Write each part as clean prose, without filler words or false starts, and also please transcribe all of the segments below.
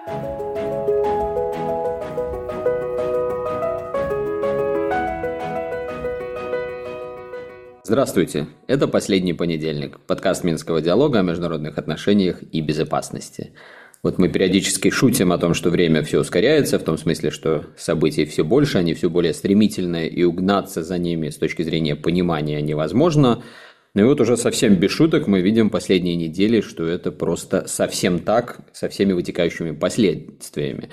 Здравствуйте, это «Последний понедельник», подкаст Минского диалога о международных отношениях и безопасности. Вот мы периодически шутим о том, что время все ускоряется, в том смысле, что событий все больше, они все более стремительные, и угнаться за ними с точки зрения понимания невозможно. Но и вот уже совсем без шуток мы видим последние недели, что это просто совсем так, со всеми вытекающими последствиями.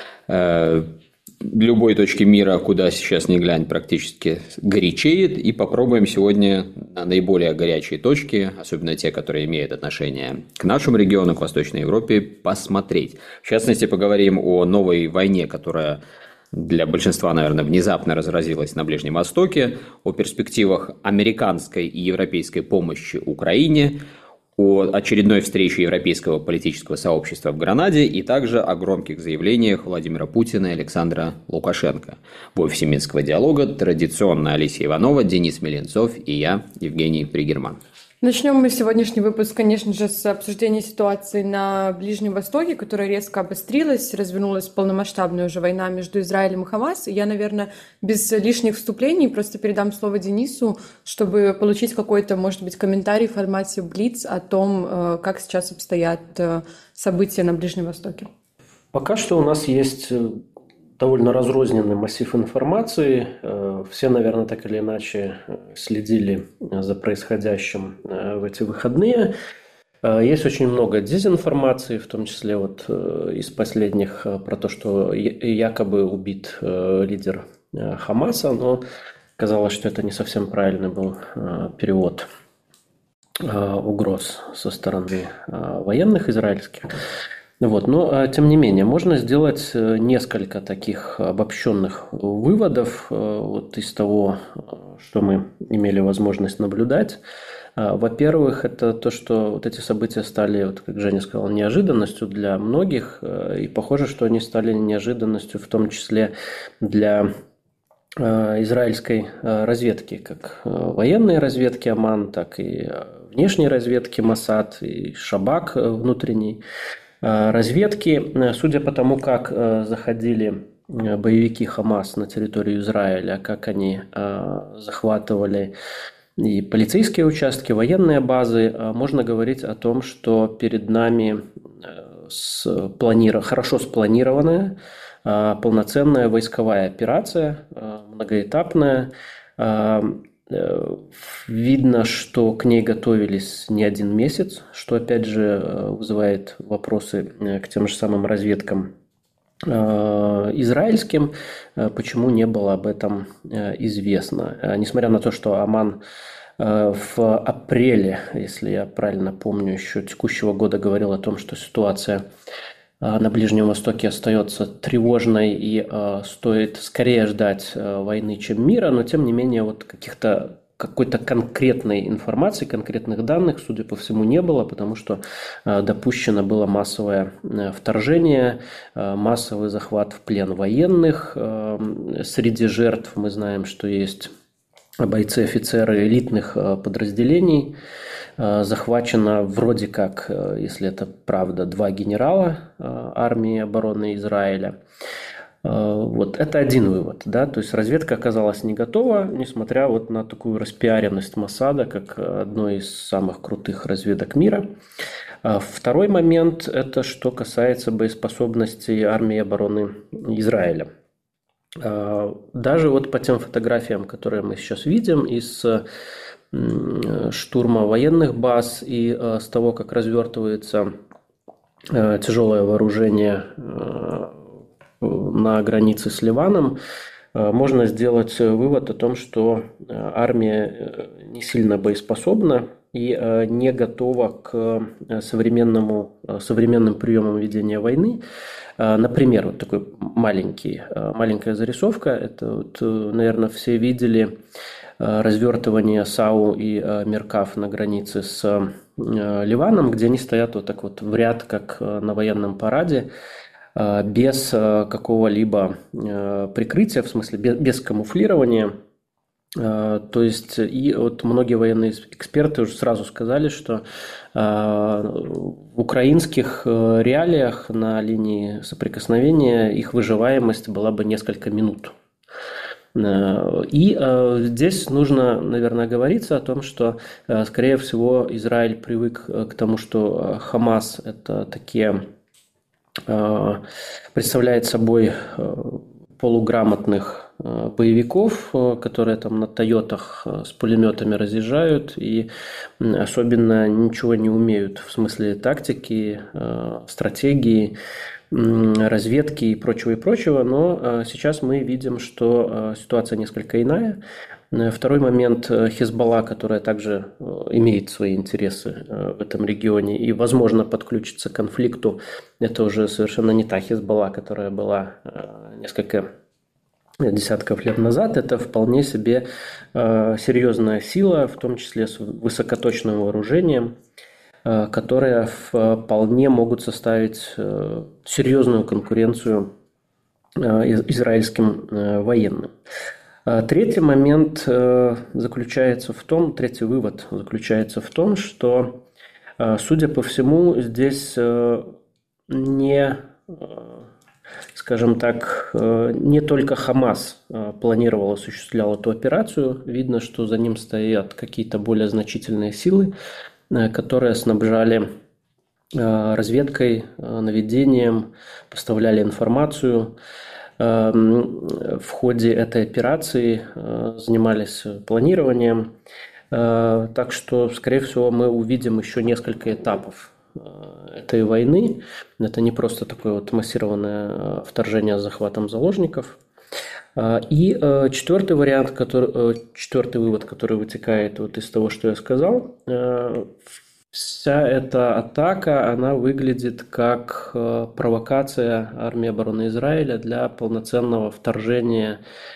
Любой точки мира, куда сейчас ни глянь, практически горячеет, и попробуем сегодня на наиболее горячие точки, особенно те, которые имеют отношение к нашему региону, к Восточной Европе, посмотреть. В частности, поговорим о новой войне, которая для большинства, наверное, внезапно разразилась на Ближнем Востоке, о перспективах американской и европейской помощи Украине, о очередной встрече европейского политического сообщества в Гранаде и также о громких заявлениях Владимира Путина и Александра Лукашенко. В офисе Минского диалога традиционно Алисия Иванова, Денис Меленцов и я, Евгений Пригерман. Начнем мы сегодняшний выпуск, конечно же, с обсуждения ситуации на Ближнем Востоке, которая резко обострилась, развернулась полномасштабная уже война между Израилем и Хамас. И я, наверное, без лишних вступлений просто передам слово Денису, чтобы получить какой-то, может быть, комментарий в формате Блиц о том, как сейчас обстоят события на Ближнем Востоке. Пока что у нас есть довольно разрозненный массив информации. Все, наверное, так или иначе следили за происходящим в эти выходные. Есть очень много дезинформации, в том числе вот из последних про то, что якобы убит лидер Хамаса, но казалось, что это не совсем правильный был перевод угроз со стороны военных израильских. Вот. Но, тем не менее, можно сделать несколько таких обобщенных выводов вот из того, что мы имели возможность наблюдать. Во-первых, это то, что вот эти события стали, вот, как Женя сказал, неожиданностью для многих, и похоже, что они стали неожиданностью в том числе для израильской разведки, как военной разведки Аман, так и внешней разведки Моссад и Шабак внутренний. Разведки, судя по тому, как заходили боевики Хамас на территорию Израиля, как они захватывали и полицейские участки, военные базы, можно говорить о том, что перед нами хорошо спланированная, полноценная войсковая операция, многоэтапная. Видно, что к ней готовились не один месяц, что опять же вызывает вопросы к тем же самым разведкам израильским, почему не было об этом известно. Несмотря на то, что Аман в апреле, если я правильно помню, еще текущего года говорил о том, что ситуация на Ближнем Востоке остается тревожной и стоит скорее ждать войны, чем мира, но тем не менее вот какой-то конкретной информации, конкретных данных, судя по всему, не было, потому что допущено было массовое вторжение, массовый захват в плен военных. Среди жертв мы знаем, что есть бойцы-офицеры элитных подразделений. Захвачено вроде как, если это правда, 2 генерала армии обороны Израиля. Вот это один вывод, да, то есть разведка оказалась не готова, несмотря вот на такую распиаренность Моссада, как одной из самых крутых разведок мира. Второй момент – это что касается боеспособности армии обороны Израиля. Даже вот по тем фотографиям, которые мы сейчас видим из штурма военных баз и с того, как развертывается тяжелое вооружение на границе с Ливаном, можно сделать вывод о том, что армия не сильно боеспособна и не готова к современным приемам ведения войны. Например, вот такой маленькая зарисовка. Это, вот, наверное, все видели развертывание САУ и Меркав на границе с Ливаном, где они стоят вот так вот в ряд, как на военном параде, без какого-либо прикрытия, в смысле без камуфлирования. То есть, и вот многие военные эксперты уже сразу сказали, что в украинских реалиях на линии соприкосновения их выживаемость была бы несколько минут. И здесь нужно, наверное, говориться о том, что, скорее всего, Израиль привык к тому, что Хамас – это такие, представляет собой полуграмотных боевиков, которые там на «Тойотах» с пулеметами разъезжают и особенно ничего не умеют в смысле тактики, стратегии, разведки и прочего, но сейчас мы видим, что ситуация несколько иная. Второй момент – Хезболла, которая также имеет свои интересы в этом регионе и, возможно, подключится к конфликту. Это уже совершенно не та Хезболла, которая была несколько десятков лет назад. Это вполне себе серьезная сила, в том числе с высокоточным вооружением, которые вполне могут составить серьезную конкуренцию израильским военным. Третий вывод заключается в том, что, судя по всему, здесь скажем так, не только Хамас планировал, осуществлял эту операцию. Видно, что за ним стоят какие-то более значительные силы, которые снабжали разведкой, наведением, поставляли информацию. В ходе этой операции занимались планированием. Так что, скорее всего, мы увидим еще несколько этапов этой войны. Это не просто такое вот массированное вторжение с захватом заложников. И четвертый вывод, который вытекает вот из того, что я сказал, вся эта атака, она выглядит как провокация армии обороны Израиля для полноценного вторжения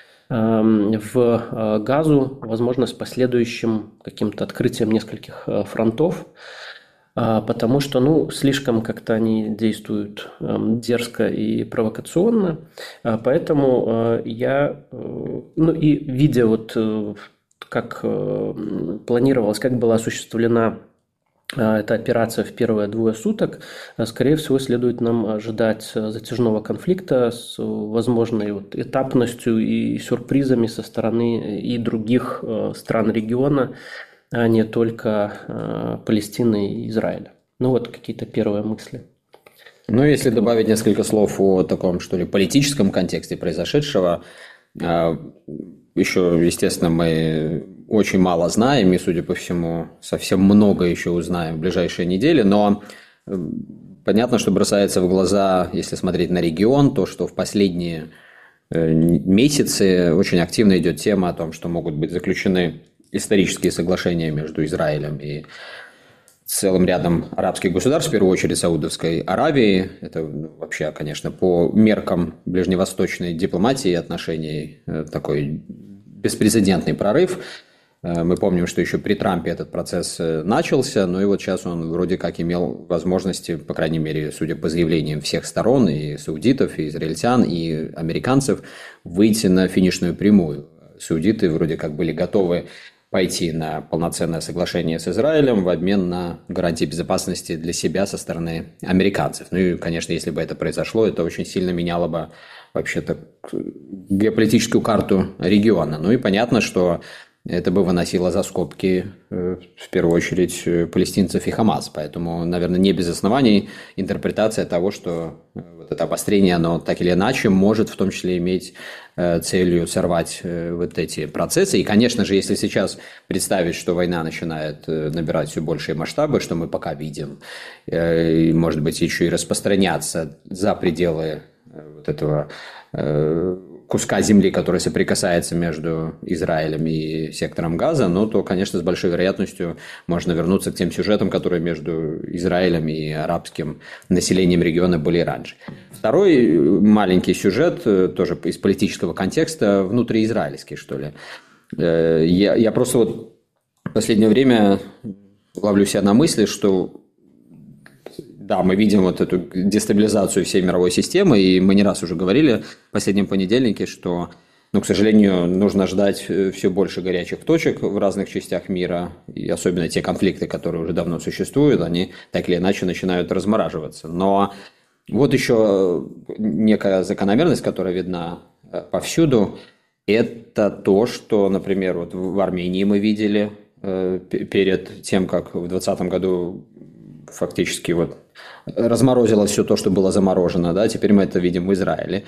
в Газу, возможно, с последующим каким-то открытием нескольких фронтов, потому что, слишком как-то они действуют дерзко и провокационно. Поэтому и видя вот как планировалось, как была осуществлена эта операция в первые двое суток, скорее всего, следует нам ожидать затяжного конфликта с возможной этапностью и сюрпризами со стороны и других стран региона, а не только Палестины и Израиля. Какие-то первые мысли. Если добавить несколько слов о таком, что ли, политическом контексте произошедшего, еще, естественно, мы очень мало знаем, и, судя по всему, совсем много еще узнаем в ближайшие недели, но понятно, что бросается в глаза, если смотреть на регион, то, что в последние месяцы очень активно идет тема о том, что могут быть заключены исторические соглашения между Израилем и целым рядом арабских государств, в первую очередь Саудовской Аравии. Это вообще, конечно, по меркам ближневосточной дипломатии и отношений такой беспрецедентный прорыв. Мы помним, что еще при Трампе этот процесс начался, но и вот сейчас он вроде как имел возможности, по крайней мере, судя по заявлениям всех сторон, и саудитов, и израильтян, и американцев, выйти на финишную прямую. Саудиты вроде как были готовы пойти на полноценное соглашение с Израилем в обмен на гарантии безопасности для себя со стороны американцев. И, конечно, если бы это произошло, это очень сильно меняло бы вообще-то геополитическую карту региона. И понятно, что это бы выносило за скобки, в первую очередь, палестинцев и Хамас. Поэтому, наверное, не без оснований интерпретация того, что вот это обострение, оно так или иначе может в том числе иметь целью сорвать вот эти процессы. И, конечно же, если сейчас представить, что война начинает набирать все большие масштабы, что мы пока видим, и, может быть, еще и распространяться за пределы вот этого куска земли, который соприкасается между Израилем и сектором Газа, то, конечно, с большой вероятностью можно вернуться к тем сюжетам, которые между Израилем и арабским населением региона были раньше. Второй маленький сюжет, тоже из политического контекста, внутриизраильский, что ли. Я просто в последнее время ловлю себя на мысли, что да, мы видим вот эту дестабилизацию всей мировой системы, и мы не раз уже говорили в последнем понедельнике, что Но, к сожалению, нужно ждать все больше горячих точек в разных частях мира, и особенно те конфликты, которые уже давно существуют, они так или иначе начинают размораживаться. Но вот еще некая закономерность, которая видна повсюду, это то, что, например, вот в Армении мы видели перед тем, как в 2020 году фактически вот разморозилось все то, что было заморожено, да, теперь мы это видим в Израиле.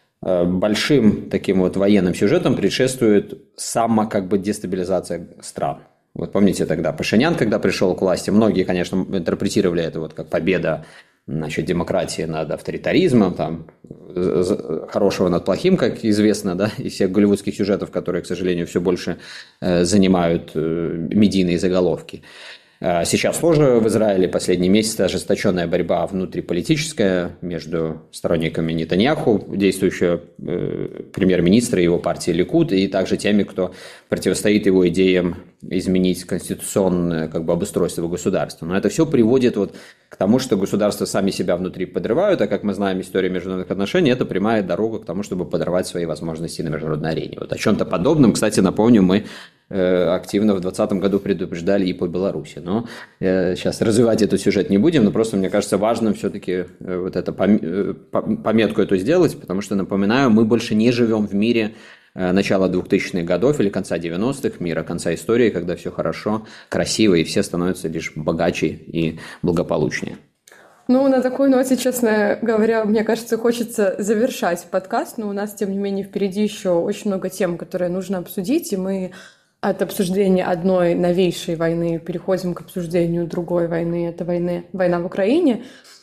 Большим таким вот военным сюжетом предшествует дестабилизация стран. Вот помните тогда Пашинян, когда пришел к власти, многие, конечно, интерпретировали это вот как победа, значит, демократии над авторитаризмом, там, хорошего над плохим, как известно, да, из всех голливудских сюжетов, которые, к сожалению, все больше занимают медийные заголовки. Сейчас тоже в Израиле последние месяцы ожесточенная борьба внутриполитическая между сторонниками Нетаньяху, действующего премьер-министра и его партии Ликуд, и также теми, кто противостоит его идеям изменить конституционное обустройство государства. Но это все приводит вот к тому, что государства сами себя внутри подрывают, а как мы знаем историю международных отношений, это прямая дорога к тому, чтобы подорвать свои возможности на международной арене. Вот о чем-то подобном, кстати, напомню, мы активно в 2020 году предупреждали и по Беларуси. Но сейчас развивать этот сюжет не будем, но просто мне кажется важным все-таки вот это пометку эту сделать, потому что, напоминаю, мы больше не живем в мире начала 2000-х годов или конца 90-х, мира конца истории, когда все хорошо, красиво и все становятся лишь богаче и благополучнее. Ну, на такой ноте, честно говоря, мне кажется, хочется завершать подкаст, но у нас, тем не менее, впереди еще очень много тем, которые нужно обсудить, и мы от обсуждения одной новейшей войны переходим к обсуждению другой войны, это война в Украине,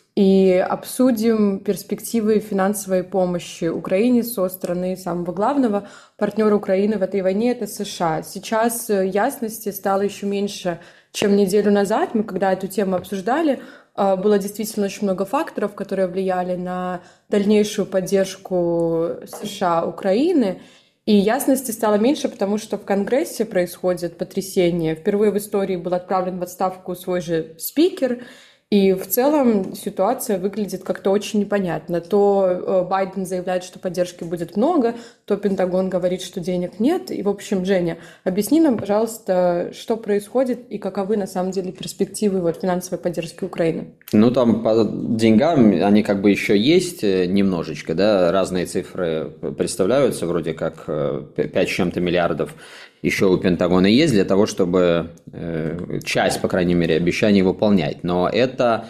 и обсудим перспективы финансовой помощи Украине со стороны самого главного партнера Украины в этой войне – это США. Сейчас ясности стало еще меньше, чем неделю назад. Мы когда эту тему обсуждали, было действительно очень много факторов, которые влияли на дальнейшую поддержку США Украины. И ясности стало меньше, потому что в Конгрессе происходит потрясение. Впервые в истории был отправлен в отставку свой же спикер, и в целом ситуация выглядит как-то очень непонятно. То Байден заявляет, что поддержки будет много, то Пентагон говорит, что денег нет. И, в общем, Женя, объясни нам, пожалуйста, что происходит и каковы на самом деле перспективы финансовой поддержки Украины. Ну, там по деньгам они еще есть немножечко, да, разные цифры представляются, вроде как 5 с чем-то миллиардов еще у Пентагона есть для того, чтобы часть, по крайней мере, обещаний выполнять. Но это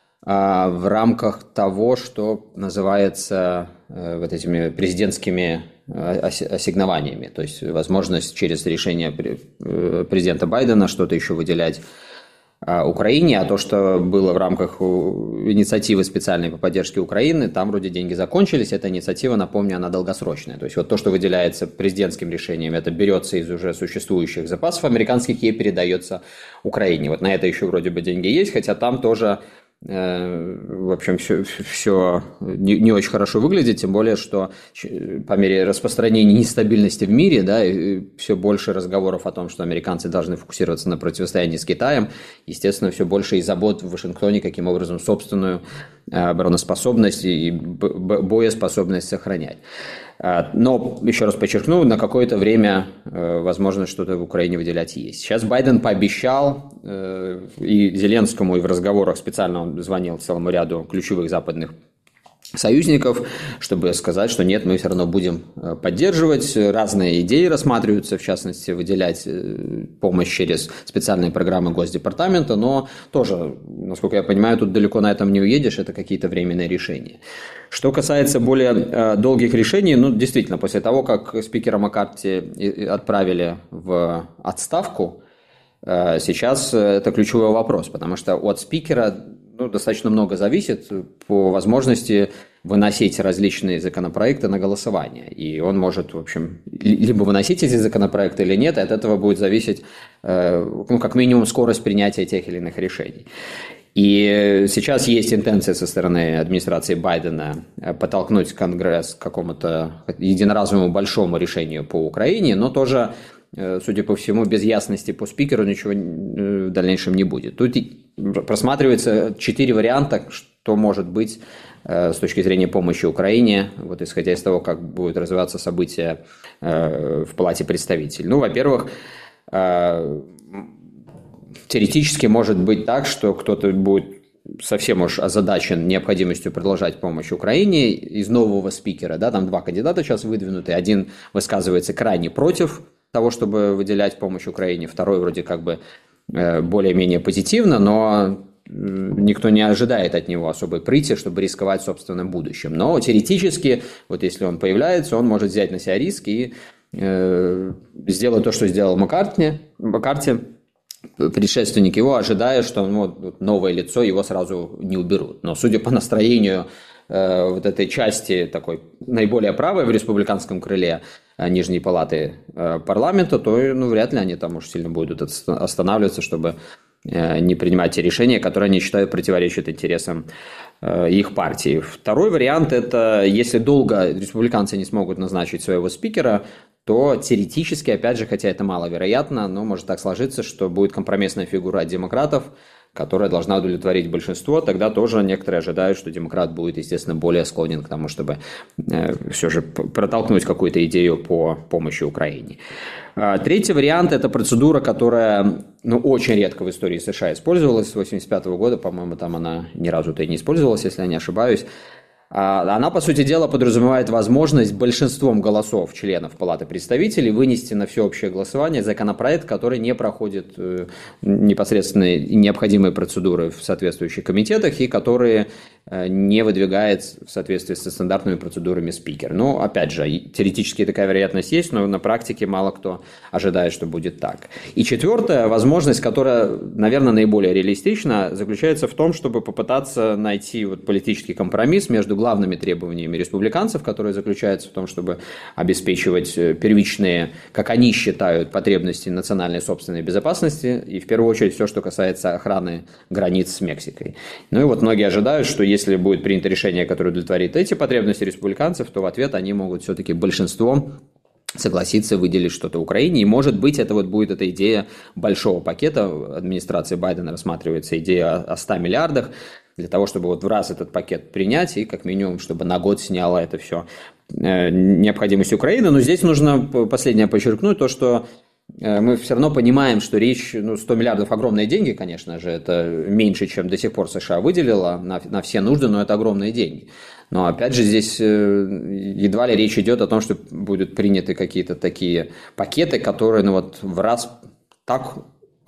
в рамках того, что называется вот этими президентскими ассигнованиями. То есть возможность через решение президента Байдена что-то еще выделять Украине, а то, что было в рамках инициативы специальной по поддержке Украины, там вроде деньги закончились, эта инициатива, напомню, она долгосрочная, то есть вот то, что выделяется президентским решением, это берется из уже существующих запасов американских и передается Украине, вот на это еще вроде бы деньги есть, хотя там тоже в общем, все не очень хорошо выглядит, тем более, что по мере распространения нестабильности в мире, да, и все больше разговоров о том, что американцы должны фокусироваться на противостоянии с Китаем, естественно, все больше и забот в Вашингтоне, каким образом собственную обороноспособность и боеспособность сохранять. Но, еще раз подчеркну, на какое-то время, возможно, что-то в Украине выделять есть. Сейчас Байден пообещал и Зеленскому, и в разговорах специально он звонил целому ряду ключевых западных союзников, чтобы сказать, что нет, мы все равно будем поддерживать. Разные идеи рассматриваются, в частности, выделять помощь через специальные программы Госдепартамента, но тоже, насколько я понимаю, тут далеко на этом не уедешь, это какие-то временные решения. Что касается более долгих решений, ну, действительно, после того, как спикера Маккарти отправили в отставку, сейчас это ключевой вопрос, потому что от спикера достаточно много зависит по возможности выносить различные законопроекты на голосование. И он может, в общем, либо выносить эти законопроекты или нет, и от этого будет зависеть, как минимум, скорость принятия тех или иных решений. И сейчас есть интенция со стороны администрации Байдена подтолкнуть Конгресс к какому-то единоразовому большому решению по Украине, но тоже, судя по всему, без ясности по спикеру ничего в дальнейшем не будет. Тут просматривается 4 варианта, что может быть с точки зрения помощи Украине, вот исходя из того, как будут развиваться события в Палате представителей. Ну, во-первых, теоретически может быть так, что кто-то будет совсем уж озадачен необходимостью продолжать помощь Украине из нового спикера. Да, там два кандидата сейчас выдвинуты. Один высказывается крайне против того, чтобы выделять помощь Украине. Второй вроде как бы более-менее позитивно, но никто не ожидает от него особой прыти, чтобы рисковать собственным будущим. Но теоретически, вот если он появляется, он может взять на себя риск и сделать то, что сделал Маккарти, предшественник его, ожидая, что новое лицо его сразу не уберут. Но судя по настроению вот этой части, такой наиболее правой в республиканском крыле Нижней палаты парламента, то вряд ли они там уж сильно будут останавливаться, чтобы не принимать те решения, которые они считают противоречат интересам их партии. Второй вариант – это если долго республиканцы не смогут назначить своего спикера, то теоретически, опять же, хотя это маловероятно, но может так сложиться, что будет компромиссная фигура от демократов, которая должна удовлетворить большинство, тогда тоже некоторые ожидают, что демократ будет, естественно, более склонен к тому, чтобы все же протолкнуть какую-то идею по помощи Украине. Третий вариант – это процедура, которая очень редко в истории США использовалась с 1985 года, по-моему, там она ни разу-то и не использовалась, если я не ошибаюсь. Она, по сути дела, подразумевает возможность большинством голосов членов Палаты представителей вынести на всеобщее голосование законопроект, который не проходит непосредственно необходимые процедуры в соответствующих комитетах и который не выдвигает в соответствии со стандартными процедурами спикер. Но, опять же, теоретически такая вероятность есть, но на практике мало кто ожидает, что будет так. И четвертая возможность, которая, наверное, наиболее реалистична, заключается в том, чтобы попытаться найти политический компромисс между главными требованиями республиканцев, которые заключаются в том, чтобы обеспечивать первичные, как они считают, потребности национальной собственной безопасности и, в первую очередь, все, что касается охраны границ с Мексикой. Ну и многие ожидают, что если будет принято решение, которое удовлетворит эти потребности республиканцев, то в ответ они могут все-таки большинством согласиться выделить что-то Украине. И, может быть, это будет эта идея большого пакета. Администрации Байдена рассматривается идея о 100 миллиардах для того, чтобы в раз этот пакет принять и, как минимум, чтобы на год сняло это все необходимость Украины. Но здесь нужно последнее подчеркнуть, то, что мы все равно понимаем, что речь, 100 миллиардов огромные деньги, конечно же, это меньше, чем до сих пор США выделила на все нужды, но это огромные деньги. Но опять же здесь едва ли речь идет о том, что будут приняты какие-то такие пакеты, которые в раз так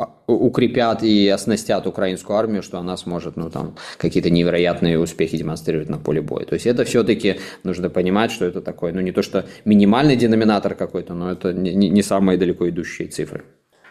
укрепят и оснастят украинскую армию, что она сможет какие-то невероятные успехи демонстрировать на поле боя. То есть это все-таки нужно понимать, что это такой, не то что минимальный деноминатор какой-то, но это не самые далеко идущие цифры.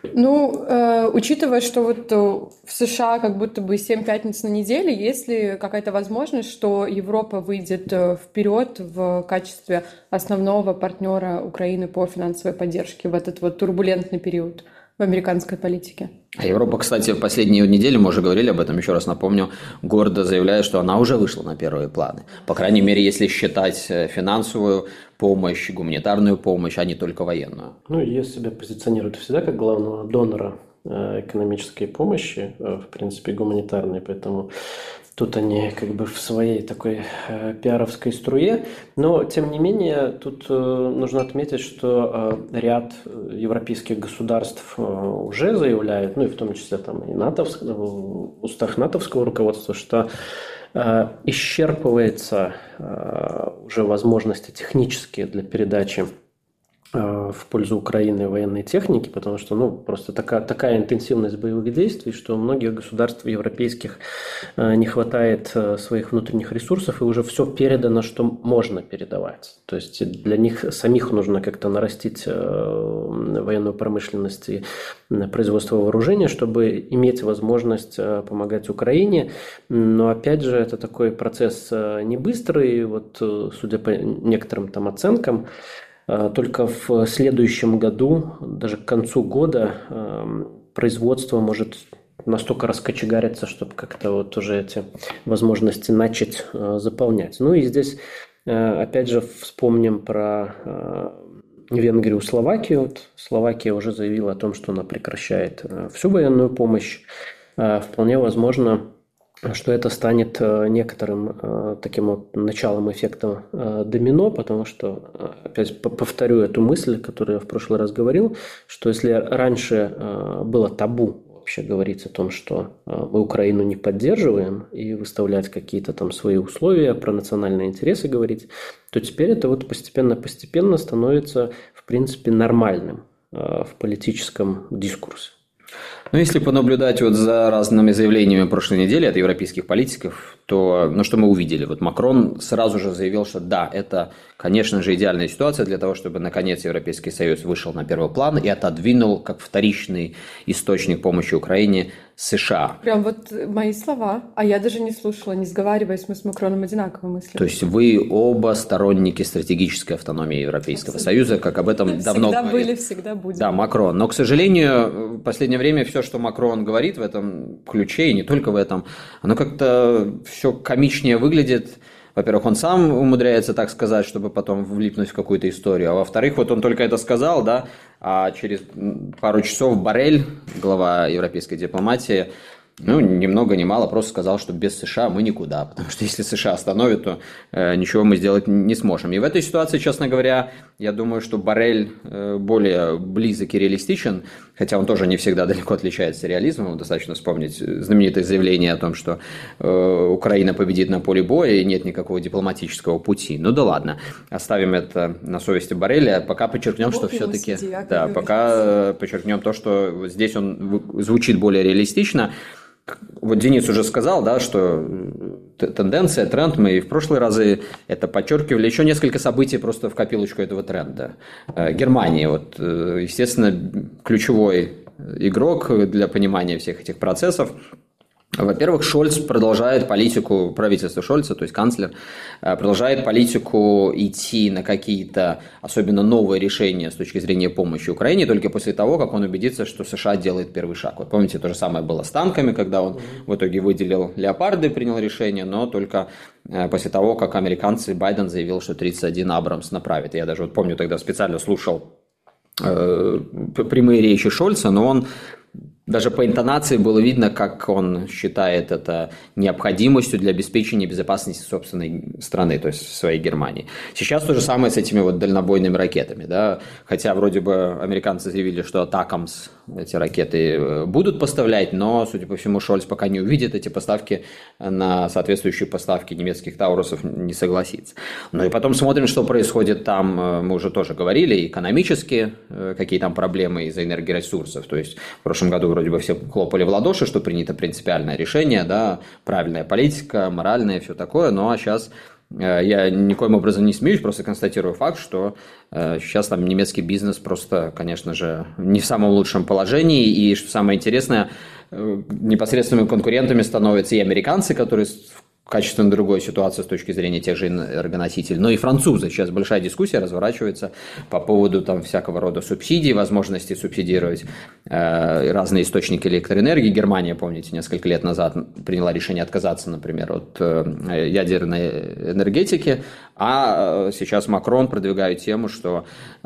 Учитывая, что в США как будто бы 7 пятниц на неделе, есть ли какая-то возможность, что Европа выйдет вперед в качестве основного партнера Украины по финансовой поддержке в этот турбулентный период в американской политике? А Европа, кстати, в последние недели, мы уже говорили об этом, еще раз напомню, гордо заявляет, что она уже вышла на первые планы. По крайней мере, если считать финансовую помощь, гуманитарную помощь, а не только военную. Ее себя позиционируют всегда как главного донора экономической помощи, в принципе, гуманитарной, поэтому тут они в своей такой пиаровской струе, но, тем не менее, тут нужно отметить, что ряд европейских государств уже заявляют, и в том числе и в устах натовского руководства, что исчерпывается уже возможности технические для передачи в пользу Украины военной техники, потому что просто такая интенсивность боевых действий, что у многих государств европейских не хватает своих внутренних ресурсов, и уже все передано, что можно передавать. То есть для них самих нужно как-то нарастить военную промышленность и производство вооружения, чтобы иметь возможность помогать Украине. Но опять же, это такой процесс не быстрый, судя по некоторым оценкам, только в следующем году, даже к концу года, производство может настолько раскочегариться, чтобы как-то уже эти возможности начать заполнять. И здесь, опять же, вспомним про Венгрию, Словакию. Словакия уже заявила о том, что она прекращает всю военную помощь. Вполне возможно, что это станет некоторым таким вот началом эффекта домино, потому что, опять повторю эту мысль, которую я в прошлый раз говорил, что если раньше было табу вообще говорить о том, что мы Украину не поддерживаем и выставлять какие-то там свои условия, про национальные интересы говорить, то теперь это вот постепенно становится, в принципе, нормальным в политическом дискурсе. Ну, если понаблюдать вот за разными заявлениями прошлой недели от европейских политиков, то, что мы увидели? Вот Макрон сразу же заявил, что да, это, конечно же, идеальная ситуация для того, чтобы, наконец, Европейский Союз вышел на первый план и отодвинул, как вторичный источник помощи Украине, США. Прям вот мои слова, а я даже не слушала, не сговариваясь, мы с Макроном одинаково мыслим. То есть вы оба сторонники стратегической автономии Европейского Союза, как об этом давно говорили. Всегда были, всегда будем. Да, Макрон. Но, к сожалению, в последнее время все, что Макрон говорит в этом ключе, и не только в этом, оно как-то все комичнее выглядит. Во-первых, он сам умудряется так сказать, чтобы потом влипнуть в какую-то историю. А во-вторых, вот он только это сказал, да, а через пару часов Боррель, глава европейской дипломатии, ни много ни мало, просто сказал, что без США мы никуда. Потому что если США остановят, то ничего мы сделать не сможем. И в этой ситуации, честно говоря, я думаю, что Боррель более близок и реалистичен, хотя он тоже не всегда далеко отличается реализмом. Достаточно вспомнить знаменитое заявление о том, что Украина победит на поле боя и нет никакого дипломатического пути. Ну да ладно, оставим это на совести Борреля. Пока подчеркнем, что все-таки... Да, пока подчеркнем то, что здесь он звучит более реалистично. Вот Денис уже сказал, да, что тенденция, тренд, мы и в прошлые разы это подчеркивали, еще несколько событий просто в копилочку этого тренда. Германия, вот, естественно, ключевой игрок для понимания всех этих процессов. Во-первых, Шольц продолжает политику, правительство Шольца, то есть канцлер, продолжает политику идти на какие-то особенно новые решения с точки зрения помощи Украине только после того, как он убедится, что США делает первый шаг. Вот помните, то же самое было с танками, когда он в итоге выделил леопарды, принял решение, но только после того, как американцы, Байден заявил, что 31 Абрамс направит. Я даже вот помню, тогда специально слушал прямые речи Шольца, но он... Даже по интонации было видно, как он считает это необходимостью для обеспечения безопасности собственной страны, то есть своей Германии. Сейчас то же самое с этими вот дальнобойными ракетами, да, хотя вроде бы американцы заявили, что Атакамс эти ракеты будут поставлять, но, судя по всему, Шольц пока не увидит эти поставки, на соответствующие поставки немецких Таурусов не согласится. Ну и потом смотрим, что происходит там, мы уже тоже говорили, экономически, какие там проблемы из-за энергоресурсов, то есть в прошлом году вроде бы все хлопали в ладоши, что принято принципиальное решение, да, правильная политика, моральная, все такое, но сейчас я никоим образом не смеюсь, просто констатирую факт, что сейчас там немецкий бизнес просто, конечно же, не в самом лучшем положении, и что самое интересное, непосредственными конкурентами становятся и американцы, которые в качественно другой ситуации с точки зрения тех же энергоносителей, но и французы. Сейчас большая дискуссия разворачивается по поводу там всякого рода субсидий, возможности субсидировать разные источники электроэнергии. Германия, помните, несколько лет назад приняла решение отказаться, например, от ядерной энергетики, а сейчас Макрон продвигает тему, что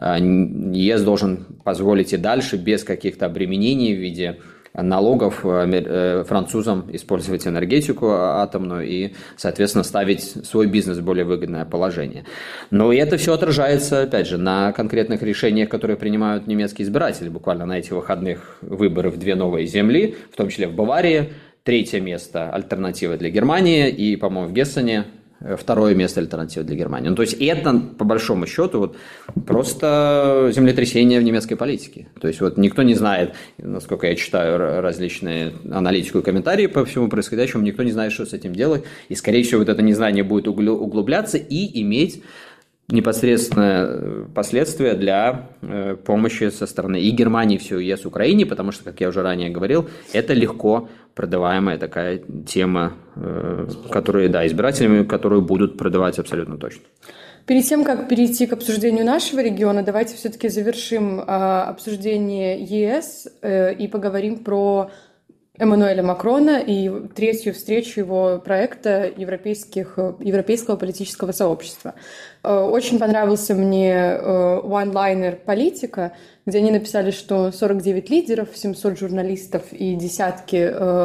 ЕС должен позволить и дальше без каких-то обременений в виде налогов французам использовать энергетику атомную и, соответственно, ставить свой бизнес в более выгодное положение. Но и это все отражается, опять же, на конкретных решениях, которые принимают немецкие избиратели. Буквально на этих выходных выборы в 2 новые земли, в том числе в Баварии, 3-е место альтернатива для Германии и, по-моему, в Гессене 2-е место альтернативы для Германии. Ну, то есть это, по большому счету, вот, просто землетрясение в немецкой политике. То есть вот никто не знает, насколько я читаю различные аналитику и комментарии по всему происходящему, никто не знает, что с этим делать. И, скорее всего, вот это незнание будет углубляться и иметь непосредственное последствия для помощи со стороны и Германии, всего ЕС, Украине, потому что, как я уже ранее говорил, это легко продаваемая такая тема, которую, да, избирателями, которую будут продавать абсолютно точно. Перед тем, как перейти к обсуждению нашего региона, давайте все-таки завершим обсуждение ЕС и поговорим про Эммануэля Макрона и 3-ю встречу его проекта Европейского политического сообщества. Очень понравился мне one-liner «Политика», где они написали, что 49 лидеров, 700 журналистов и десятки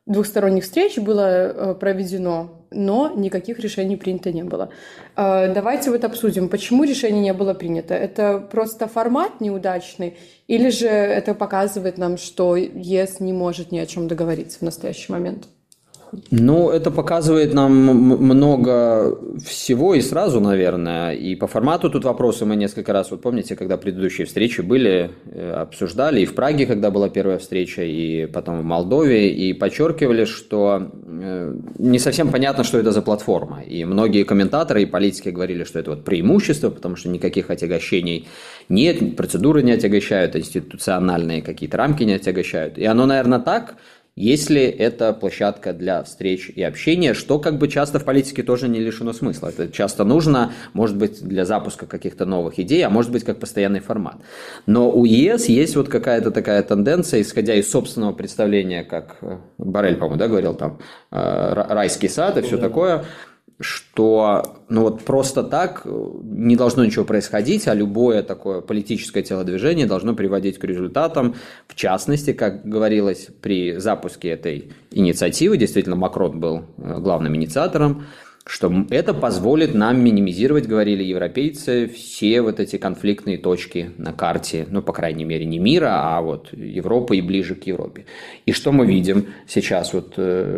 двухсторонних встреч было проведено, но никаких решений принято не было. Давайте вот обсудим, почему решение не было принято. Это просто формат неудачный, или же это показывает нам, что ЕС не может ни о чем договориться в настоящий момент? Ну, это показывает нам много всего и сразу, наверное. И по формату тут вопросы мы несколько раз, вот помните, когда предыдущие встречи были, обсуждали, и в Праге, когда была первая встреча, и потом в Молдове, и подчеркивали, что не совсем понятно, что это за платформа. И многие комментаторы и политики говорили, что это вот преимущество, потому что никаких отягощений нет, процедуры не отягощают, институциональные какие-то рамки не отягощают. И оно, наверное, так, если это площадка для встреч и общения, что как бы часто в политике тоже не лишено смысла. Это часто нужно, может быть, для запуска каких-то новых идей, а может быть, как постоянный формат. Но у ЕС есть вот какая-то такая тенденция, исходя из собственного представления, как Боррель, по-моему, да, говорил там, райский сад и все такое, что ну вот просто так не должно ничего происходить, а любое такое политическое телодвижение должно приводить к результатам. В частности, как говорилось при запуске этой инициативы, действительно Макрон был главным инициатором, что это позволит нам минимизировать, говорили европейцы, все вот эти конфликтные точки на карте, ну, по крайней мере, не мира, а вот Европы и ближе к Европе. И что мы видим сейчас, вот,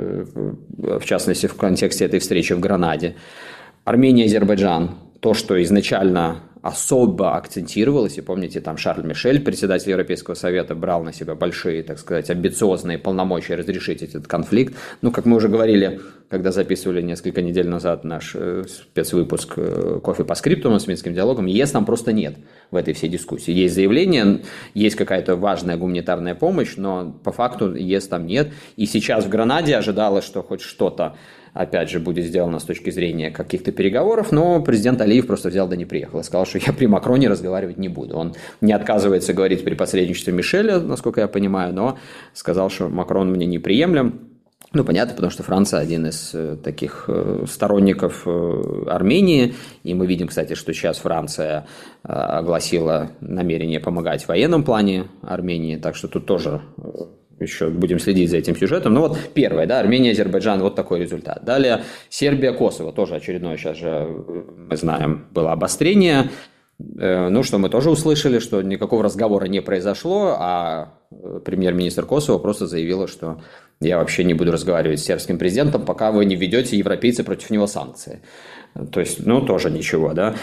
в частности, в контексте этой встречи в Гранаде? Армения, Азербайджан, то, что изначально особо акцентировалось, и помните, там Шарль Мишель, председатель Европейского совета, брал на себя большие, так сказать, амбициозные полномочия разрешить этот конфликт. Ну, как мы уже говорили, когда записывали несколько недель назад наш спецвыпуск «Кофе по скриптуму» с Минским диалогом, ЕС там просто нет в этой всей дискуссии. Есть заявление, есть какая-то важная гуманитарная помощь, но по факту ЕС там нет. И сейчас в Гранаде ожидалось, что хоть что-то опять же, будет сделано с точки зрения каких-то переговоров, но президент Алиев просто взял да не приехал и сказал, что я при Макроне разговаривать не буду. Он не отказывается говорить при посредничестве Мишеля, насколько я понимаю, но сказал, что Макрон мне неприемлем. Ну, понятно, потому что Франция один из таких сторонников Армении, и мы видим, кстати, что сейчас Франция огласила намерение помогать в военном плане Армении, так что тут тоже еще будем следить за этим сюжетом. Ну вот первое, да, Армения, Азербайджан, вот такой результат. Далее Сербия, Косово, тоже очередное, сейчас же мы знаем, было обострение. Ну, что мы тоже услышали, что никакого разговора не произошло, а премьер-министр Косово просто заявила, что я вообще не буду разговаривать с сербским президентом, пока вы не введете, европейцы, против него санкции. То есть, ну, тоже ничего, да.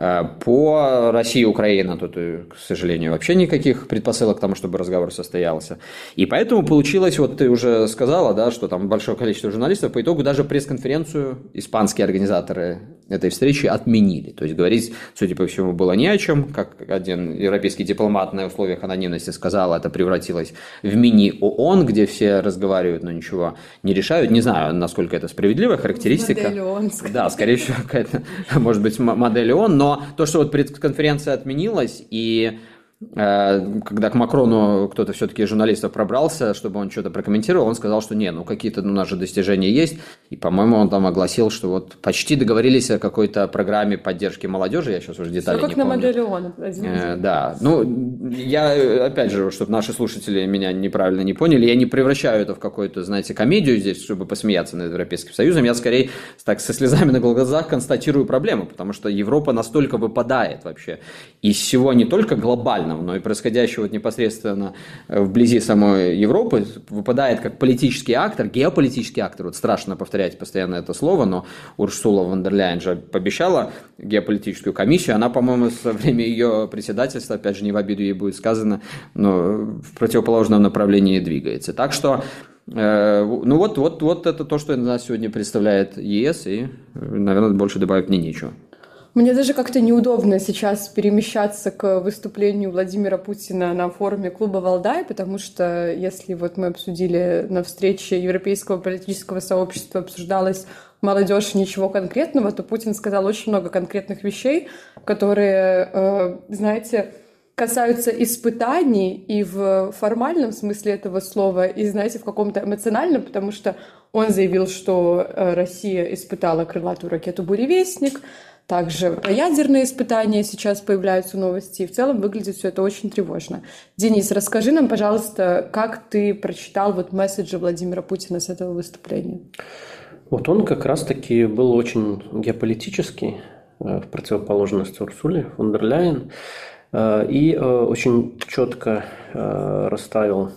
По России и Украине тут, к сожалению, вообще никаких предпосылок к тому, чтобы разговор состоялся. И поэтому получилось, вот ты уже сказала, да, что там большое количество журналистов, по итогу даже пресс-конференцию испанские организаторы этой встречи отменили. То есть, говорить, судя по всему, было не о чем. Как один европейский дипломат на условиях анонимности сказал, это превратилось в мини-ООН, где все разговаривают, но ничего не решают. Не знаю, насколько это справедливая характеристика. Модель ООН. Да, скорее всего, какая-то, может быть, модель ООН, но то, что вот пресс-конференция отменилась, и когда к Макрону кто-то все-таки из журналистов пробрался, чтобы он что-то прокомментировал, он сказал, что не, ну какие-то у нас же достижения есть, и, по-моему, он там огласил, что вот почти договорились о какой-то программе поддержки молодежи, я сейчас уже детали не помню. Все как на модели ООН. Да, ну, я, опять же, чтобы наши слушатели меня неправильно не поняли, я не превращаю это в какую-то, знаете, комедию здесь, чтобы посмеяться над Европейским Союзом, я скорее так со слезами на глазах констатирую проблему, потому что Европа настолько выпадает вообще из всего не только глобально, но и происходящего вот непосредственно вблизи самой Европы, выпадает как политический актор, геополитический актор, вот страшно повторять постоянно это слово, но Урсула фон дер Ляйен же пообещала геополитическую комиссию, она, по-моему, со времени ее председательства, опять же, не в обиду ей будет сказано, но в противоположном направлении двигается. Так что ну вот это то, что нас сегодня представляет ЕС, и, наверное, больше добавить мне нечего. Мне даже как-то неудобно сейчас перемещаться к выступлению Владимира Путина на форуме клуба «Валдай», потому что если вот мы обсудили на встрече Европейского политического сообщества, обсуждалась молодежь, ничего конкретного, то Путин сказал очень много конкретных вещей, которые, знаете, касаются испытаний и в формальном смысле этого слова, и, знаете, в каком-то эмоциональном, потому что он заявил, что Россия испытала крылатую ракету «Буревестник», также про ядерные испытания сейчас появляются новости, и в целом выглядит все это очень тревожно. Денис, расскажи нам, пожалуйста, как ты прочитал вот месседжи Владимира Путина с этого выступления? Вот он как раз-таки был очень геополитический, в противоположность Урсуле фон дер Ляйен, и очень четко расставил,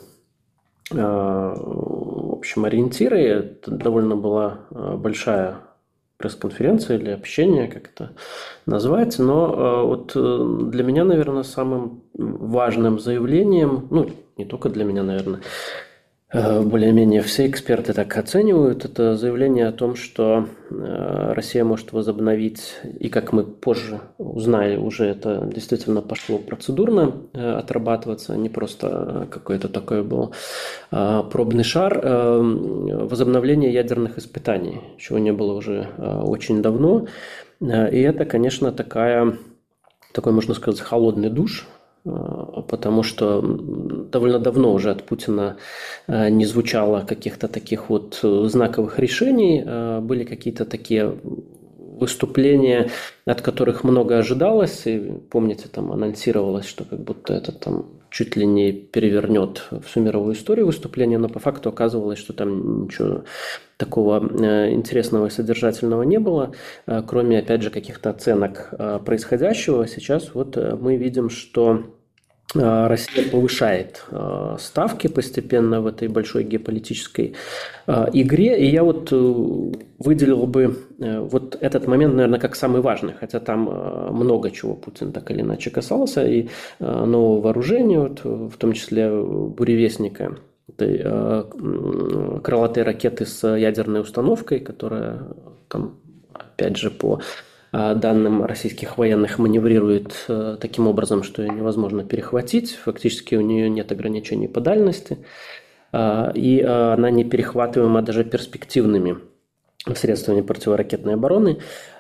в общем, ориентиры. Это довольно была большая пресс-конференция или общение, как это называется, но вот для меня, наверное, самым важным заявлением, ну, не только для меня, наверное, более-менее все эксперты так оценивают, это заявление о том, что Россия может возобновить, и как мы позже узнали, уже это действительно пошло процедурно отрабатываться, не просто какой-то такой был пробный шар, возобновление ядерных испытаний, чего не было уже очень давно. И это, конечно, такой, можно сказать, холодный душ, потому что довольно давно уже от Путина не звучало каких-то таких вот знаковых решений, были какие-то такие выступления, от которых много ожидалось, и помните, там анонсировалось, что как будто это там чуть ли не перевернет всю мировую историю выступления, но по факту оказывалось, что там ничего такого интересного и содержательного не было, кроме, опять же, каких-то оценок происходящего. Сейчас вот мы видим, что Россия повышает ставки постепенно в этой большой геополитической игре. И я вот выделил бы вот этот момент, наверное, как самый важный, хотя там много чего Путин так или иначе касался, и нового вооружения, вот, в том числе буревестника, этой крылатой ракеты с ядерной установкой, которая там, опять же, по данным российских военных, маневрирует таким образом, что ее невозможно перехватить. Фактически у нее нет ограничений по дальности, и она не перехватываема даже перспективными средствами противоракетной обороны.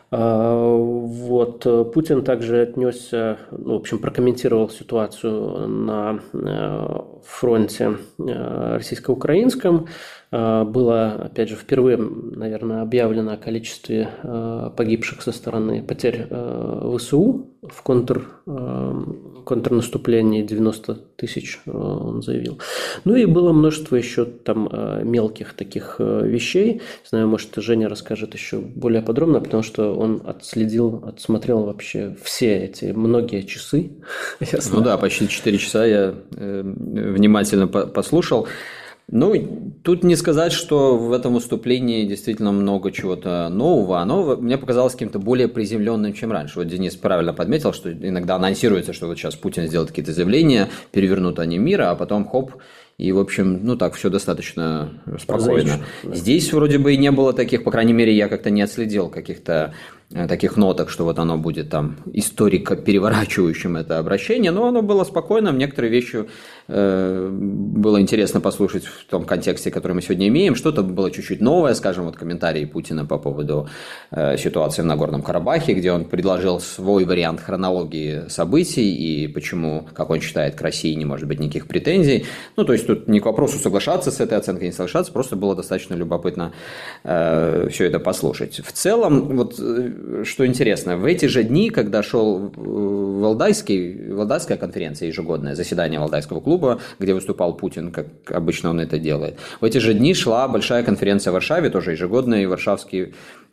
Вот. Путин также отнесся, в общем, прокомментировал ситуацию на фронте российско-украинском. Было, опять же, впервые, наверное, объявлено о количестве погибших со стороны потерь ВСУ в контрнаступлении 90 тысяч, он заявил. Ну и было множество еще там мелких таких вещей. Не знаю, может, Женя расскажет еще более подробно, потому что он отсмотрел вообще все эти многие часы. Ну да, почти 4 часа я внимательно послушал. Ну, тут не сказать, что в этом выступлении действительно много чего-то нового. Оно мне показалось каким-то более приземленным, чем раньше. Вот Денис правильно подметил, что иногда анонсируется, что вот сейчас Путин сделает какие-то заявления, перевернут они мир, а потом хоп, и, в общем, ну так, все достаточно спокойно. Здесь вроде бы и не было таких, по крайней мере, я как-то не отследил каких-то таких ноток, что вот оно будет там историко переворачивающим это обращение, но оно было спокойным, некоторые вещи было интересно послушать в том контексте, который мы сегодня имеем, что-то было чуть-чуть новое, скажем, вот комментарии Путина по поводу ситуации в Нагорном Карабахе, где он предложил свой вариант хронологии событий и почему, как он считает, к России не может быть никаких претензий. Ну, то есть тут не к вопросу соглашаться с этой оценкой, не соглашаться, просто было достаточно любопытно все это послушать. В целом, вот что интересно, в эти же дни, когда шел Валдайская конференция, ежегодное заседание Валдайского клуба, где выступал Путин, как обычно он это делает, в эти же дни шла большая конференция в Варшаве, тоже ежегодный Варшавский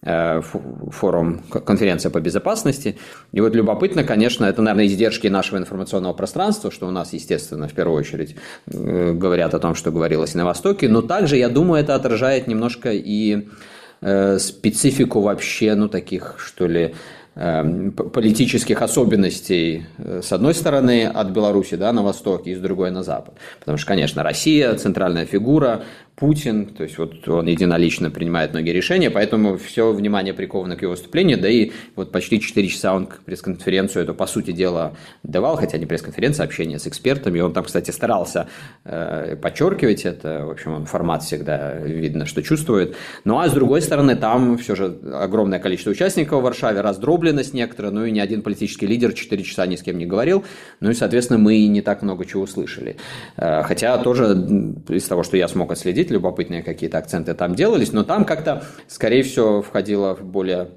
форум, конференция по безопасности. И вот любопытно, конечно, это, наверное, издержки нашего информационного пространства, что у нас, естественно, в первую очередь говорят о том, что говорилось на Востоке, но также, я думаю, это отражает немножко и специфику вообще, ну, таких, что ли, политических особенностей, с одной стороны, от Беларуси, да, на восток, и с другой на запад. Потому что, конечно, Россия, центральная фигура, Путин, то есть вот он единолично принимает многие решения, поэтому все внимание приковано к его выступлению, да и вот почти 4 часа он пресс-конференцию эту, по сути дела, давал, хотя не пресс-конференция, а общение с экспертами, он там, кстати, старался подчеркивать это, в общем, он формат всегда видно, что чувствует, ну а с другой стороны, там все же огромное количество участников в Варшаве, раздробленность некоторая, ну и ни один политический лидер 4 часа ни с кем не говорил, ну и, соответственно, мы не так много чего услышали, хотя тоже из того, что я смог отследить, любопытные какие-то акценты там делались, но там как-то, скорее всего, входило в более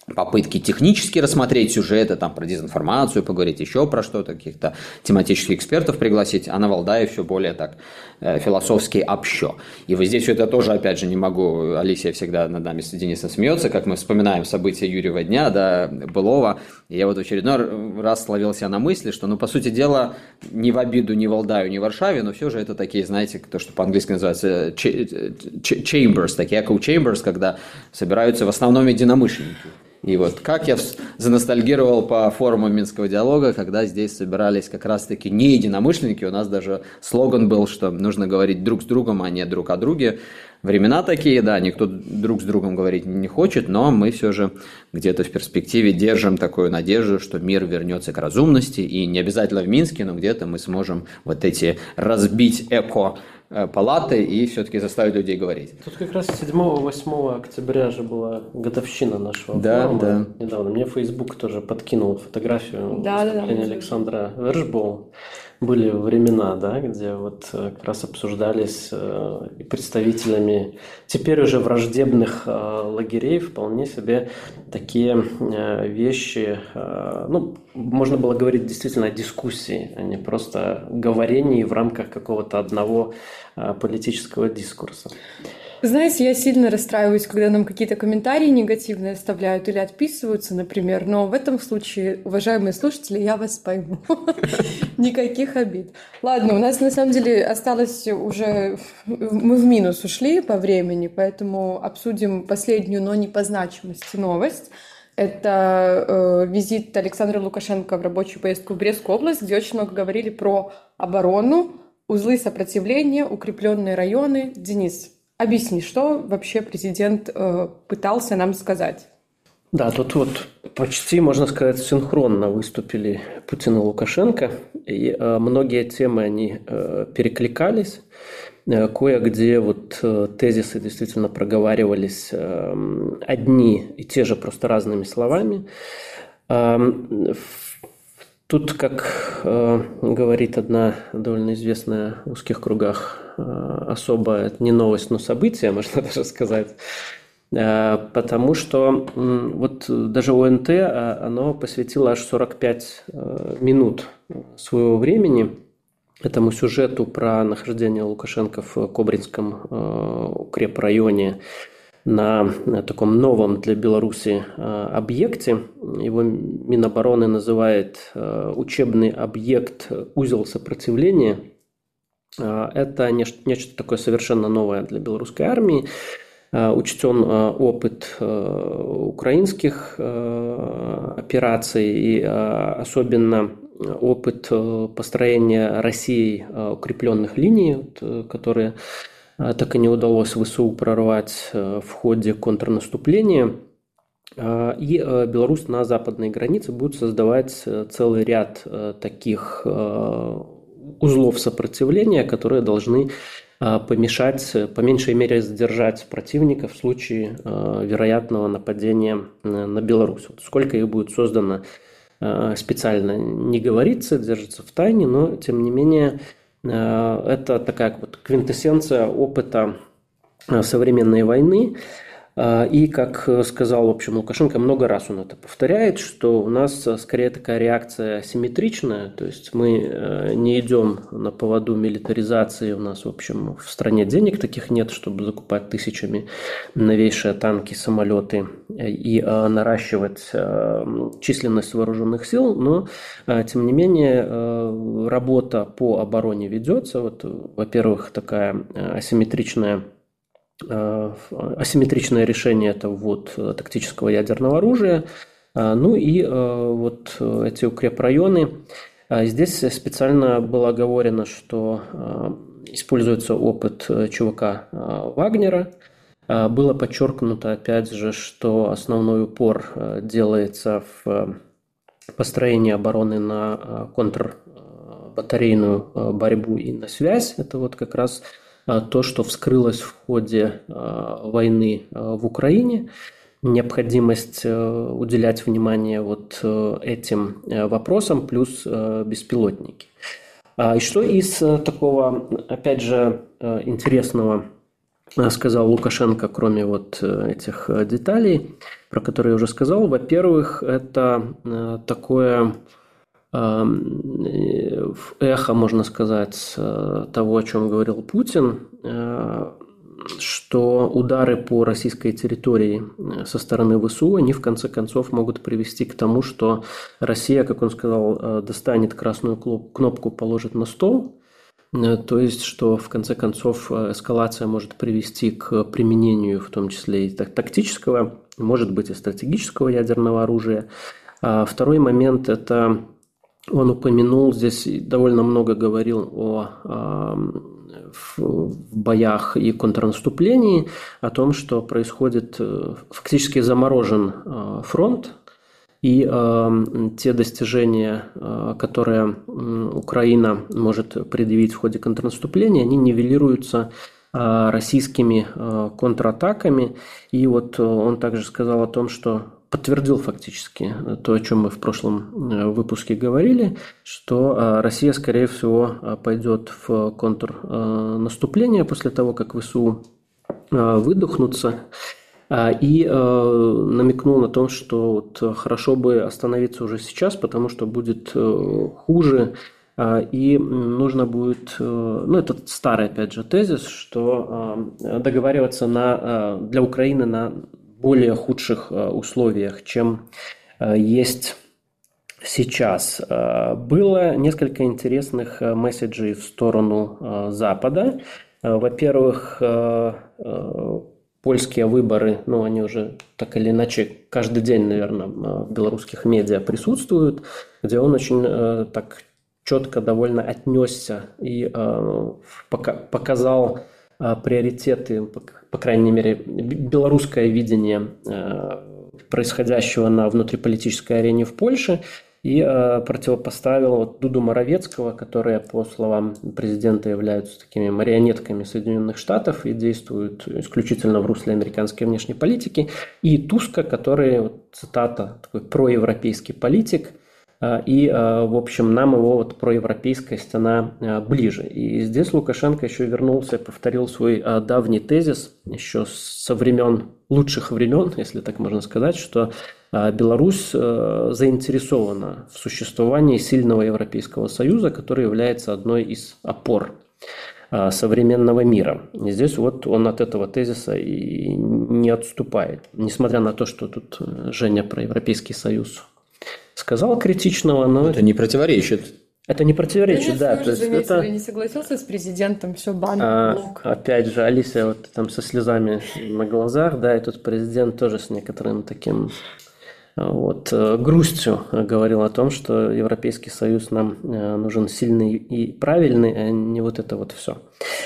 попытки технически рассмотреть сюжеты, там, про дезинформацию поговорить, еще про что-то, каких-то тематических экспертов пригласить, а на Валдае все более так философски общо. И вот здесь это тоже, опять же, не могу, Алисия всегда над нами с Денисом смеется, как мы вспоминаем события Юрьева дня, да, былого, и я вот в очередной раз словил себя на мысли, что, ну, по сути дела, не в обиду ни Валдаю, ни Варшаве, но все же это такие, знаете, то, что по-английски называется chambers, такие echo chambers, когда собираются в основном единомышленники. И вот как я заностальгировал по форумам Минского диалога, когда здесь собирались как раз-таки не единомышленники, у нас даже слоган был, что нужно говорить друг с другом, а не друг о друге. Времена такие, да, никто друг с другом говорить не хочет, но мы все же где-то в перспективе держим такую надежду, что мир вернется к разумности, и не обязательно в Минске, но где-то мы сможем вот эти разбить эко-палаты и все-таки заставить людей говорить. Тут как раз 7-8 октября же была годовщина нашего форума. Да. Недавно мне Facebook тоже подкинул фотографию выступления Александра Вершбоу. Были времена, да, где вот как раз обсуждались представителями теперь уже враждебных лагерей вполне себе такие вещи. Ну, можно было говорить действительно о дискуссии, а не просто говорении в рамках какого-то одного политического дискурса. Знаете, я сильно расстраиваюсь, когда нам какие-то комментарии негативные оставляют или отписываются, например, но в этом случае, уважаемые слушатели, я вас пойму. Никаких обид. Ладно, у нас на самом деле осталось уже... Мы в минус ушли по времени, поэтому обсудим последнюю, но не по значимости новость. Это визит Александра Лукашенко в рабочую поездку в Брестскую область, где очень много говорили про оборону, узлы сопротивления, укрепленные районы. Денис, объясни, что вообще президент пытался нам сказать? Да, тут вот почти, можно сказать, синхронно выступили Путин и Лукашенко, и многие темы, они перекликались, кое-где вот тезисы действительно проговаривались одни и те же, просто разными словами. Тут, как говорит одна довольно известная в узких кругах особо, это не новость, но событие, можно даже сказать, потому что вот даже ОНТ, оно посвятило аж 45 минут своего времени этому сюжету про нахождение Лукашенко в Кобринском укрепрайоне на таком новом для Беларуси объекте. Его Минобороны называет учебный объект «Узел сопротивления». Это нечто такое совершенно новое для белорусской армии. Учтен опыт украинских операций и особенно опыт построения Россией укрепленных линий, которые так и не удалось ВСУ прорвать в ходе контрнаступления. И Беларусь на западной границе будет создавать целый ряд таких узлов сопротивления, которые должны помешать, по меньшей мере, сдержать противника в случае вероятного нападения на Беларусь. Вот сколько их будет создано, специально не говорится, держится в тайне, но, тем не менее, это такая вот квинтэссенция опыта современной войны. И, как сказал, в общем, Лукашенко, много раз он это повторяет, что у нас скорее такая реакция асимметричная, то есть мы не идем на поводу милитаризации, у нас, в общем, в стране денег таких нет, чтобы закупать тысячами новейшие танки, самолеты и наращивать численность вооруженных сил, но, тем не менее, работа по обороне ведется. Вот, во-первых, такая асимметричное решение – это ввод тактического ядерного оружия. Ну и вот эти укрепрайоны. Здесь специально было оговорено, что используется опыт ЧВК Вагнера. Было подчеркнуто, опять же, что основной упор делается в построении обороны на контрбатарейную борьбу и на связь. Это вот как раз то, что вскрылось в ходе войны в Украине, необходимость уделять внимание вот этим вопросам, плюс беспилотники. И что из такого, опять же, интересного сказал Лукашенко, кроме вот этих деталей, про которые я уже сказал? Во-первых, это такое эхо, можно сказать, того, о чем говорил Путин, что удары по российской территории со стороны ВСУ, они в конце концов могут привести к тому, что Россия, как он сказал, достанет красную кнопку, положит на стол. То есть, что в конце концов эскалация может привести к применению, в том числе и тактического, может быть и стратегического ядерного оружия. Второй момент – это он упомянул, здесь довольно много говорил в боях и контрнаступлении, о том, что происходит, фактически заморожен фронт, и те достижения, которые Украина может предъявить в ходе контрнаступления, они нивелируются российскими контратаками. И вот он также сказал о том, что подтвердил фактически то, о чем мы в прошлом выпуске говорили, что Россия, скорее всего, пойдет в контрнаступление после того, как ВСУ выдохнутся, и намекнул на то, что вот хорошо бы остановиться уже сейчас, потому что будет хуже, и нужно будет, ну это старый опять же тезис, что договариваться для Украины на более худших условиях, чем есть сейчас. Было несколько интересных месседжей в сторону Запада. Во-первых, польские выборы, ну, они уже так или иначе каждый день, наверное, в белорусских медиа присутствуют, где он очень так четко довольно отнесся и показал приоритеты, по крайней мере, белорусское видение происходящего на внутриполитической арене в Польше, и противопоставил Дуду Моровецкого, которые, по словам президента, являются такими марионетками Соединенных Штатов и действуют исключительно в русле американской внешней политики, и Туска, который, цитата, такой проевропейский политик, и, в общем, нам его вот проевропейскость, она ближе. И здесь Лукашенко еще вернулся и повторил свой давний тезис, еще со времен, лучших времен, если так можно сказать, что Беларусь заинтересована в существовании сильного Европейского Союза, который является одной из опор современного мира. И здесь вот он от этого тезиса и не отступает, несмотря на то, что тут Женя про Европейский Союз сказал критичного, но это не противоречит. Это не противоречит, да. То есть это не согласился с президентом, все бан, блок. Опять же, Алисия вот там со слезами на глазах, да, и тут президент тоже с некоторым таким вот грустью говорил о том, что Европейский Союз нам нужен сильный и правильный, а не вот это вот все.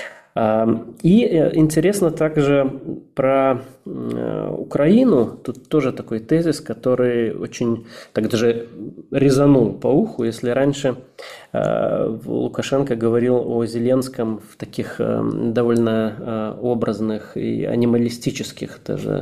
И интересно также про Украину. Тут тоже такой тезис, который очень так даже резанул по уху. Если раньше Лукашенко говорил о Зеленском в таких довольно образных и анималистических даже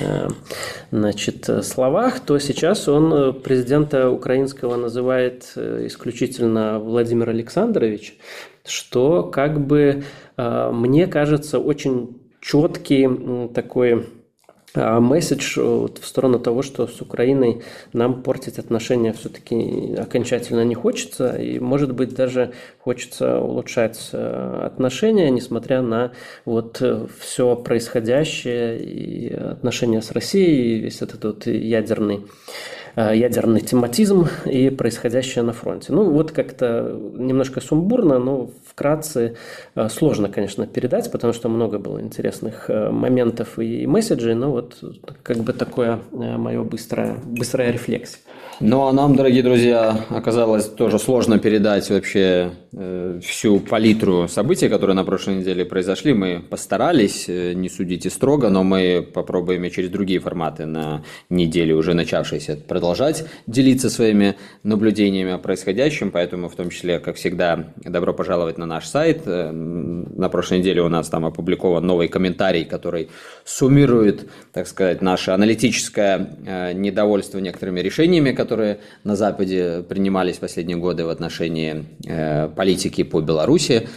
словах, то сейчас он президента украинского называет исключительно Владимир Александрович, что как бы мне кажется очень четкий такой месседж в сторону того, что с Украиной нам портить отношения все-таки окончательно не хочется, и, может быть, даже хочется улучшать отношения, несмотря на вот все происходящее и отношения с Россией, и весь этот вот ядерный тематизм и происходящее на фронте. Ну, вот как-то немножко сумбурно, но вкратце сложно, конечно, передать, потому что много было интересных моментов и месседжей, но вот как бы такое мое быстрая рефлексия. Ну, а нам, дорогие друзья, оказалось тоже сложно передать вообще всю палитру событий, которые на прошлой неделе произошли. Мы постарались, не судите строго, но мы попробуем и через другие форматы на неделе уже начавшейся продолжать делиться своими наблюдениями о происходящем. Поэтому, в том числе, как всегда, добро пожаловать на наш сайт. На прошлой неделе у нас там опубликован новый комментарий, который суммирует, так сказать, наше аналитическое недовольство некоторыми решениями, которые на Западе принимались в последние годы в отношении политики по Беларуси.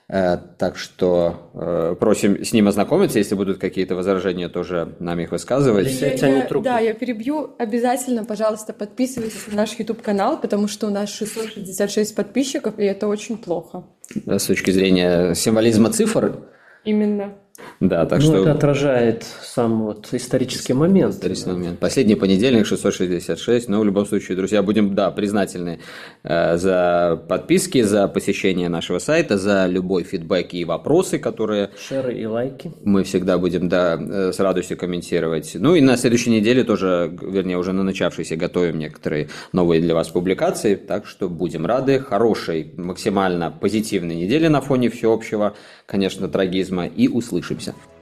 Так что просим с ним ознакомиться. Если будут какие-то возражения, тоже нам их высказывать. Я перебью. Обязательно, пожалуйста, подписывайтесь на наш YouTube-канал, потому что у нас 666 подписчиков, и это очень плохо. Да, с точки зрения символизма цифр. Именно. Да, так что... это отражает сам исторический момент. Последний понедельник, 666. Но в любом случае, друзья, будем, признательны за подписки, за посещение нашего сайта, за любой фидбэк и вопросы, которые... Шеры и лайки. Мы всегда будем, с радостью комментировать. Ну и на следующей неделе тоже, вернее, уже на начавшейся готовим некоторые новые для вас публикации. Так что будем рады хорошей, максимально позитивной недели на фоне всеобщего, конечно, трагизма. И услышимся.